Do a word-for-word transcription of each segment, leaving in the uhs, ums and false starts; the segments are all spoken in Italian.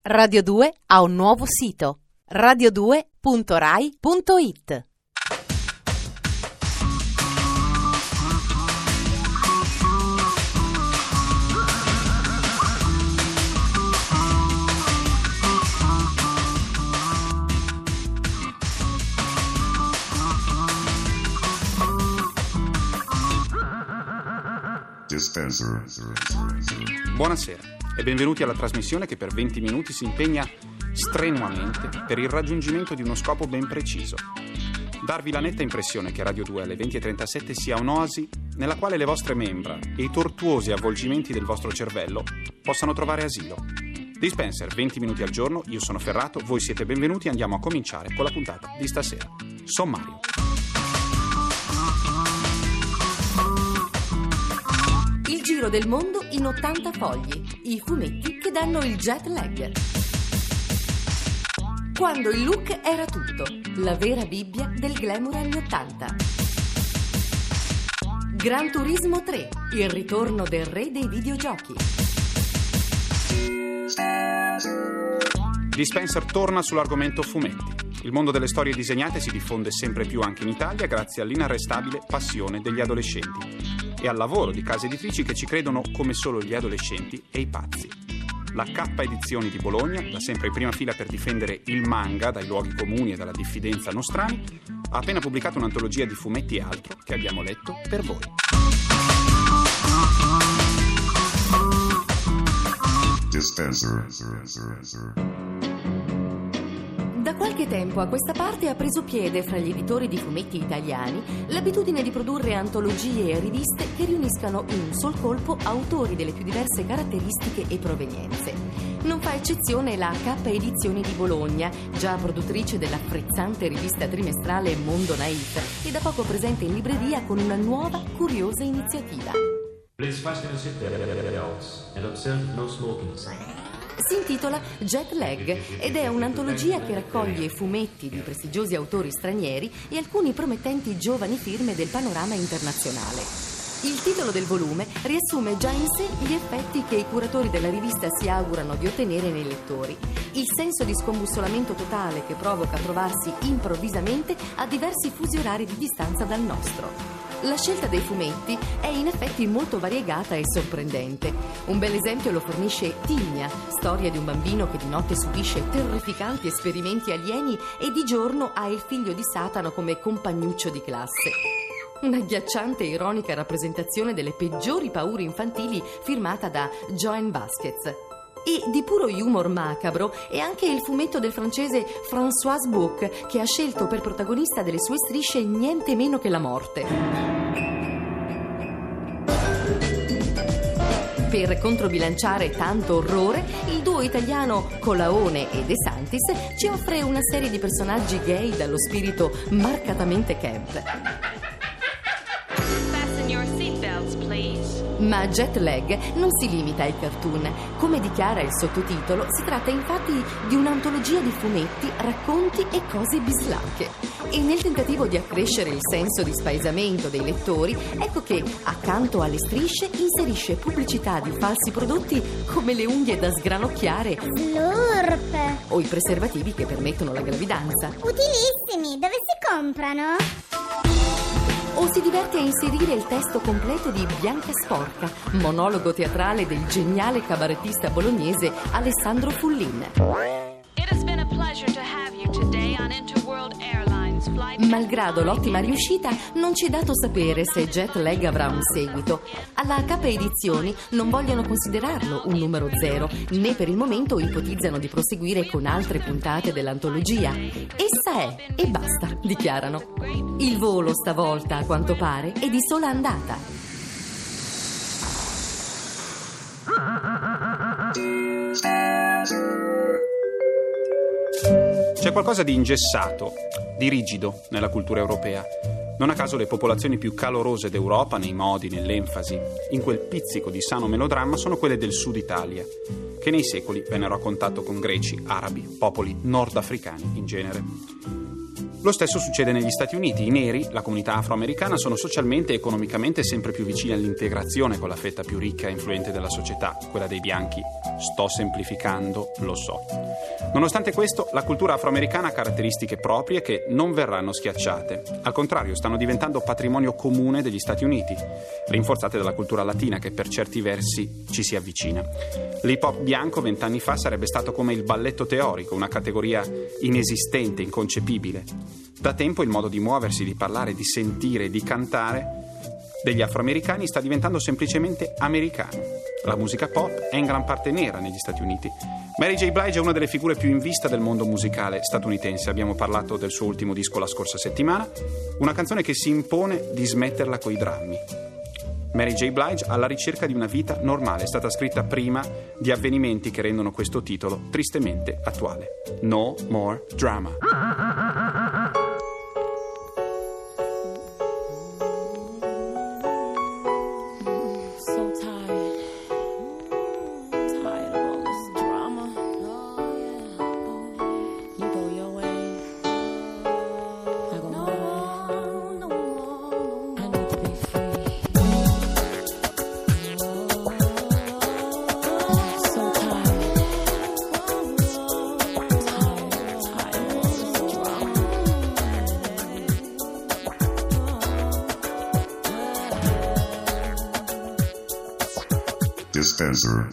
Radio due ha un nuovo sito: radio due punto rai punto it. Buonasera e benvenuti alla trasmissione che per venti minuti si impegna strenuamente per il raggiungimento di uno scopo ben preciso: darvi la netta impressione che Radio due alle venti e trentasette sia un'oasi nella quale le vostre membra e i tortuosi avvolgimenti del vostro cervello possano trovare asilo. Dispenser, venti minuti al giorno, io sono Ferrato, voi siete benvenuti e andiamo a cominciare con la puntata di stasera. Sommario. Il giro del mondo in ottanta fogli. I fumetti che danno il jet lag. Quando il look era tutto. La vera Bibbia del glamour anni ottanta. Gran Turismo tre. Il ritorno del re dei videogiochi. Dispenser torna sull'argomento fumetti. Il mondo delle storie disegnate si diffonde sempre più anche in Italia grazie all'inarrestabile passione degli adolescenti e al lavoro di case editrici che ci credono come solo gli adolescenti e i pazzi. La K Edizioni di Bologna, da sempre in prima fila per difendere il manga dai luoghi comuni e dalla diffidenza nostrani, ha appena pubblicato un'antologia di fumetti e altro che abbiamo letto per voi. Dispenser. Da qualche tempo a questa parte ha preso piede fra gli editori di fumetti italiani l'abitudine di produrre antologie e riviste che riuniscano in un sol colpo autori delle più diverse caratteristiche e provenienze. Non fa eccezione la K Edizioni di Bologna, già produttrice della frizzante rivista trimestrale Mondo Naif e da poco presente in libreria con una nuova, curiosa iniziativa. Please fasten your seatbelts and observe no smoking sign. Si intitola Jet Lag ed è un'antologia che raccoglie fumetti di prestigiosi autori stranieri e alcuni promettenti giovani firme del panorama internazionale. Il titolo del volume riassume già in sé gli effetti che i curatori della rivista si augurano di ottenere nei lettori. Il senso di scombussolamento totale che provoca trovarsi improvvisamente a diversi fusi orari di distanza dal nostro. La scelta dei fumetti è in effetti molto variegata e sorprendente. Un bel esempio lo fornisce Tigna, storia di un bambino che di notte subisce terrificanti esperimenti alieni e di giorno ha il figlio di Satana come compagnuccio di classe. Un'agghiacciante e ironica rappresentazione delle peggiori paure infantili firmata da Joan Vasquez. E di puro humor macabro è anche il fumetto del francese François Bouc, che ha scelto per protagonista delle sue strisce niente meno che la morte. Per controbilanciare tanto orrore, il duo italiano Colaone e De Santis ci offre una serie di personaggi gay dallo spirito marcatamente camp. Fasten your seatbelts, please. Ma Jet Lag non si limita ai cartoon. Come dichiara il sottotitolo, si tratta infatti di un'antologia di fumetti, racconti e cose bislacche. E nel tentativo di accrescere il senso di spaesamento dei lettori, ecco che, accanto alle strisce, inserisce pubblicità di falsi prodotti come le unghie da sgranocchiare Slurp. o i preservativi che permettono la gravidanza. Utilissimi, dove si comprano? O si diverte a inserire il testo completo di Bianca Sporca, monologo teatrale del geniale cabarettista bolognese Alessandro Fullin. It has been a pleasure to have you today on Interworld Airlines flight. Malgrado l'ottima riuscita, non ci è dato sapere se Jet Lag avrà un seguito. Alla K Edizioni non vogliono considerarlo un numero zero, né per il momento ipotizzano di proseguire con altre puntate dell'antologia. Essa è, e basta, dichiarano. Il volo stavolta, a quanto pare, è di sola andata. C'è qualcosa di ingessato, di rigido nella cultura europea. Non a caso le popolazioni più calorose d'Europa, nei modi, nell'enfasi, in quel pizzico di sano melodramma, sono quelle del sud Italia, che nei secoli vennero a contatto con greci, arabi, popoli nordafricani in genere. Lo stesso succede negli Stati Uniti. I neri, la comunità afroamericana, sono socialmente e economicamente sempre più vicini all'integrazione con la fetta più ricca e influente della società, quella dei bianchi. Sto semplificando, lo so. Nonostante questo, la cultura afroamericana ha caratteristiche proprie che non verranno schiacciate. Al contrario, stanno diventando patrimonio comune degli Stati Uniti, rinforzate dalla cultura latina che per certi versi ci si avvicina. L'hip hop bianco vent'anni fa sarebbe stato come il balletto teorico, una categoria inesistente, inconcepibile. Da tempo il modo di muoversi, di parlare, di sentire, di cantare degli afroamericani sta diventando semplicemente americano. La musica pop è in gran parte nera negli Stati Uniti. Mary J. Blige è una delle figure più in vista del mondo musicale statunitense. Abbiamo parlato del suo ultimo disco la scorsa settimana, una canzone che si impone di smetterla coi drammi. Mary J. Blige alla ricerca di una vita normale è stata scritta prima di avvenimenti che rendono questo titolo tristemente attuale. No More Drama. Dispenser.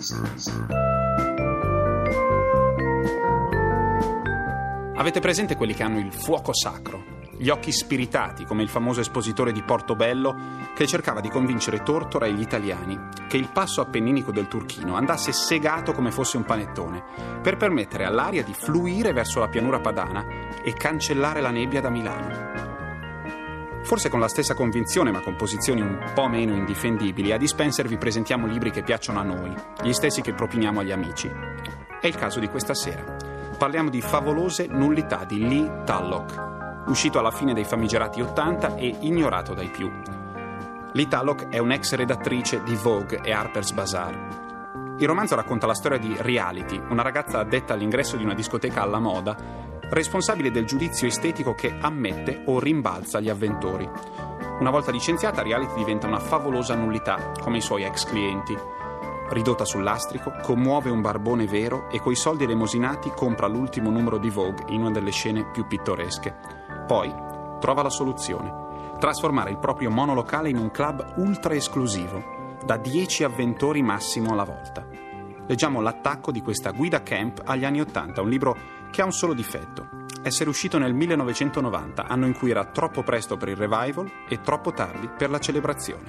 Avete presente quelli che hanno il fuoco sacro, gli occhi spiritati, come il famoso espositore di Portobello che cercava di convincere Tortora e gli italiani che il passo appenninico del Turchino andasse segato come fosse un panettone, per permettere all'aria di fluire verso la pianura padana e cancellare la nebbia da Milano. Forse con la stessa convinzione, ma con posizioni un po' meno indifendibili, a Dispenser vi presentiamo libri che piacciono a noi, gli stessi che propiniamo agli amici. È il caso di questa sera. Parliamo di Favolose nullità di Lee Tulloch, uscito alla fine dei famigerati ottanta e ignorato dai più. Lee Tulloch è un'ex redattrice di Vogue e Harper's Bazaar. Il romanzo racconta la storia di Reality, una ragazza addetta all'ingresso di una discoteca alla moda, responsabile del giudizio estetico che ammette o rimbalza gli avventori. Una volta licenziata, Reality diventa una favolosa nullità, come i suoi ex clienti. Ridotta sul lastrico, commuove un barbone vero e coi soldi elemosinati compra l'ultimo numero di Vogue in una delle scene più pittoresche. Poi trova la soluzione: trasformare il proprio monolocale in un club ultra esclusivo, da dieci avventori massimo alla volta. Leggiamo l'attacco di questa guida camp agli anni Ottanta, un libro che ha un solo difetto: essere uscito nel millenovecentonovanta, anno in cui era troppo presto per il revival e troppo tardi per la celebrazione.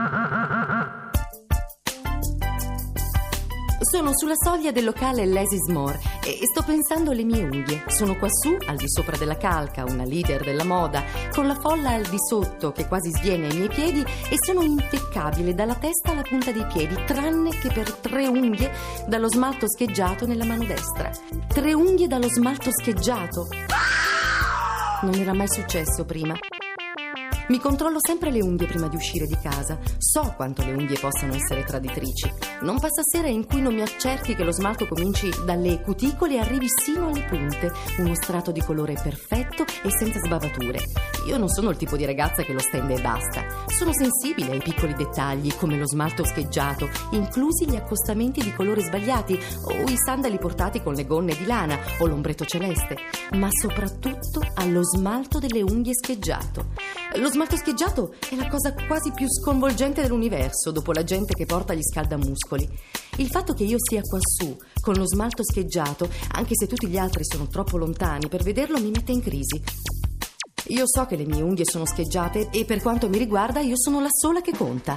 Sono sulla soglia del locale Lazy's More e sto pensando alle mie unghie. Sono quassù, al di sopra della calca, una leader della moda, con la folla al di sotto che quasi sviene ai miei piedi, e sono impeccabile dalla testa alla punta dei piedi, tranne che per tre unghie dallo smalto scheggiato nella mano destra. Tre unghie dallo smalto scheggiato. Non era mai successo prima. Mi controllo sempre le unghie prima di uscire di casa. So quanto le unghie possano essere traditrici. Non passa sera in cui non mi accerti che lo smalto cominci dalle cuticole e arrivi sino alle punte. Uno strato di colore perfetto e senza sbavature. Io non sono il tipo di ragazza che lo stende e basta. Sono sensibile ai piccoli dettagli, come lo smalto scheggiato, inclusi gli accostamenti di colore sbagliati, o i sandali portati con le gonne di lana, o l'ombretto celeste, ma soprattutto allo smalto delle unghie scheggiato. Lo smalto scheggiato è la cosa quasi più sconvolgente dell'universo, dopo la gente che porta gli scaldamuscoli. Il fatto che io sia quassù con lo smalto scheggiato, anche se tutti gli altri sono troppo lontani per vederlo, mi mette in crisi. Io so che le mie unghie sono scheggiate e per quanto mi riguarda io sono la sola che conta.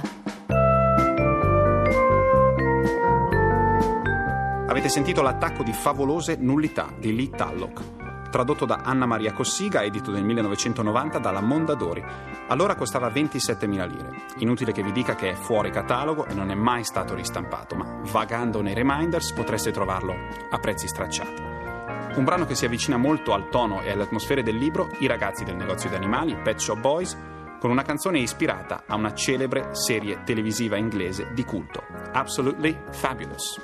Avete sentito l'attacco di Favolose nullità di Lee Tulloch, tradotto da Anna Maria Cossiga, edito nel millenovecentonovanta dalla Mondadori. Allora costava ventisettemila lire. Inutile che vi dica che è fuori catalogo e non è mai stato ristampato, ma vagando nei reminders potreste trovarlo a prezzi stracciati. Un brano che si avvicina molto al tono e alle atmosfere del libro I ragazzi del negozio di animali, Pet Shop Boys, con una canzone ispirata a una celebre serie televisiva inglese di culto, Absolutely Fabulous.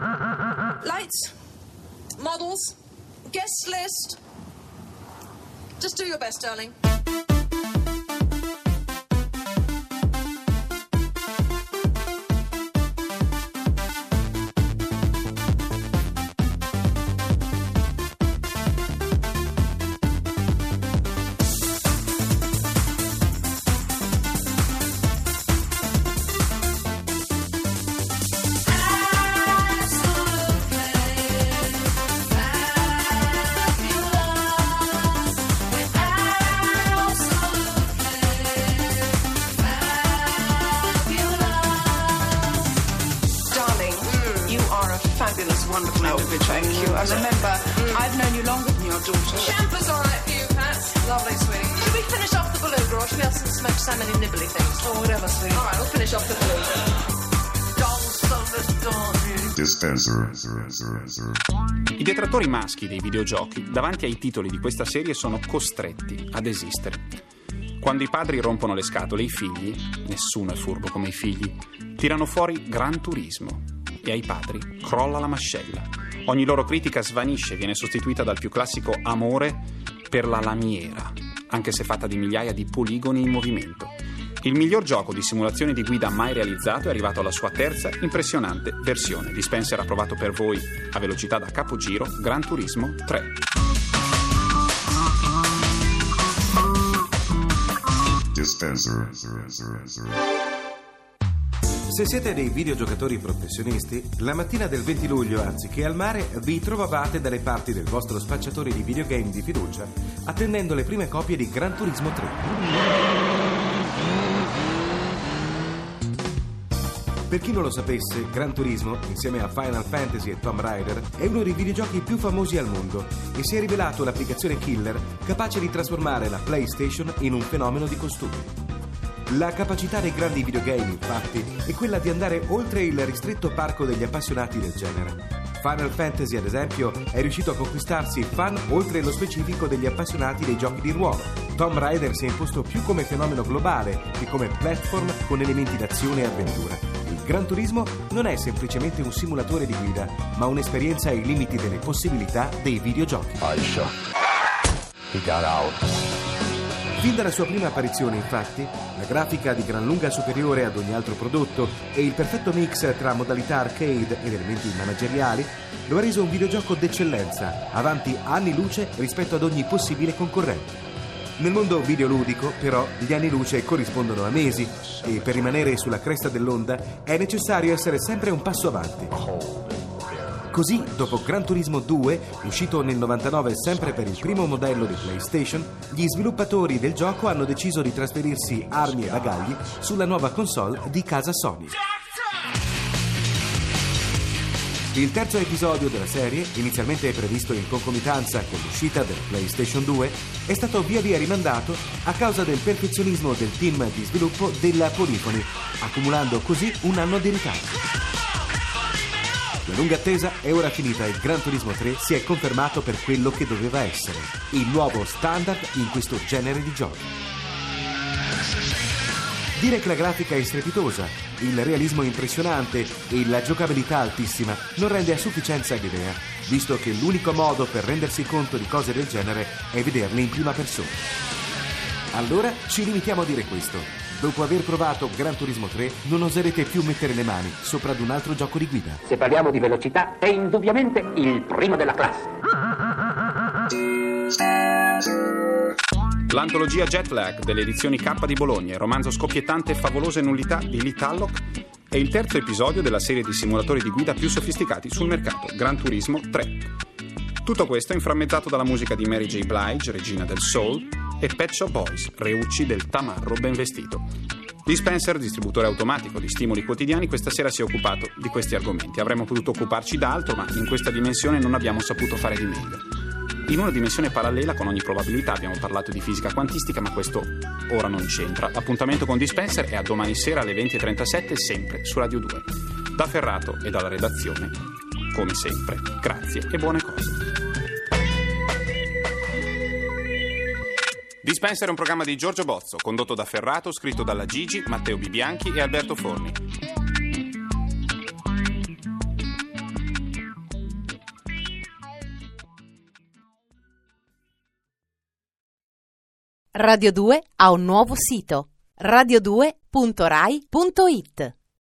Lights, models, guest list. Just do your best, darling. Fabulous, wonderful individual. Thank you. And remember, mm. I've known you longer than your daughter. Shampoo's all right for you, Pat. Lovely, sweetie. Should we finish off the beluga, or should we have some smoked salmon and nibbly things? Or whatever, sweetie. All right, we'll finish off the beluga. Dispenser. I detrattori maschi dei videogiochi davanti ai titoli di questa serie sono costretti ad esistere. Quando i padri rompono le scatole, i figli, nessuno è furbo come i figli, tirano fuori Gran Turismo. E ai padri crolla la mascella. Ogni loro critica svanisce e viene sostituita dal più classico amore per la lamiera, anche se fatta di migliaia di poligoni in movimento. Il miglior gioco di simulazione di guida mai realizzato è arrivato alla sua terza impressionante versione. Dispenser ha provato per voi a velocità da capogiro Gran Turismo tre. Dispenser. Se siete dei videogiocatori professionisti, la mattina del venti luglio, anziché al mare, vi trovavate dalle parti del vostro spacciatore di videogame di fiducia, attendendo le prime copie di Gran Turismo tre. Per chi non lo sapesse, Gran Turismo, insieme a Final Fantasy e Tomb Raider, è uno dei videogiochi più famosi al mondo e si è rivelato l'applicazione killer capace di trasformare la PlayStation in un fenomeno di costumi. La capacità dei grandi videogame, infatti, è quella di andare oltre il ristretto parco degli appassionati del genere. Final Fantasy, ad esempio, è riuscito a conquistarsi fan oltre lo specifico degli appassionati dei giochi di ruolo. Tomb Raider si è imposto più come fenomeno globale che come platform con elementi d'azione e avventura. Il Gran Turismo non è semplicemente un simulatore di guida, ma un'esperienza ai limiti delle possibilità dei videogiochi. Aisha, he got out. Fin dalla sua prima apparizione, infatti, la grafica di gran lunga superiore ad ogni altro prodotto e il perfetto mix tra modalità arcade ed elementi manageriali lo ha reso un videogioco d'eccellenza, avanti anni luce rispetto ad ogni possibile concorrente. Nel mondo videoludico, però, gli anni luce corrispondono a mesi e per rimanere sulla cresta dell'onda è necessario essere sempre un passo avanti. Così, dopo Gran Turismo due, uscito nel novantanove sempre per il primo modello di PlayStation, gli sviluppatori del gioco hanno deciso di trasferirsi armi e bagagli sulla nuova console di casa Sony. Il terzo episodio della serie, inizialmente previsto in concomitanza con l'uscita della PlayStation due, è stato via via rimandato a causa del perfezionismo del team di sviluppo della Polyphony, accumulando così un anno di ritardo. La lunga attesa è ora finita e Gran Turismo tre si è confermato per quello che doveva essere, il nuovo standard in questo genere di giochi. Dire che la grafica è strepitosa, il realismo impressionante e la giocabilità altissima non rende a sufficienza l'idea, visto che l'unico modo per rendersi conto di cose del genere è vederle in prima persona. Allora ci limitiamo a dire questo. Dopo aver provato Gran Turismo tre, non oserete più mettere le mani sopra ad un altro gioco di guida. Se parliamo di velocità, è indubbiamente il primo della classe. L'antologia Jet Lag delle edizioni K di Bologna, il romanzo scoppiettante e favolose nullità di Lee Tallock, è il terzo episodio della serie di simulatori di guida più sofisticati sul mercato, Gran Turismo tre. Tutto questo inframmezzato dalla musica di Mary J. Blige, regina del soul, e Pet Shop Boys, reucci del tamarro ben vestito. Dispenser, distributore automatico di stimoli quotidiani, questa sera si è occupato di questi argomenti. Avremmo potuto occuparci d'altro, ma in questa dimensione non abbiamo saputo fare di meglio. In una dimensione parallela, con ogni probabilità, abbiamo parlato di fisica quantistica, ma questo ora non c'entra. L'appuntamento con Dispenser è a domani sera alle venti e trentasette, sempre su Radio due. Da Ferrato e dalla redazione, come sempre, grazie e buone cose. Dispenser è un programma di Giorgio Bozzo, condotto da Ferrato, scritto dalla Gigi, Matteo Bibianchi e Alberto Forni. Radio due ha un nuovo sito: radio due punto rai punto it.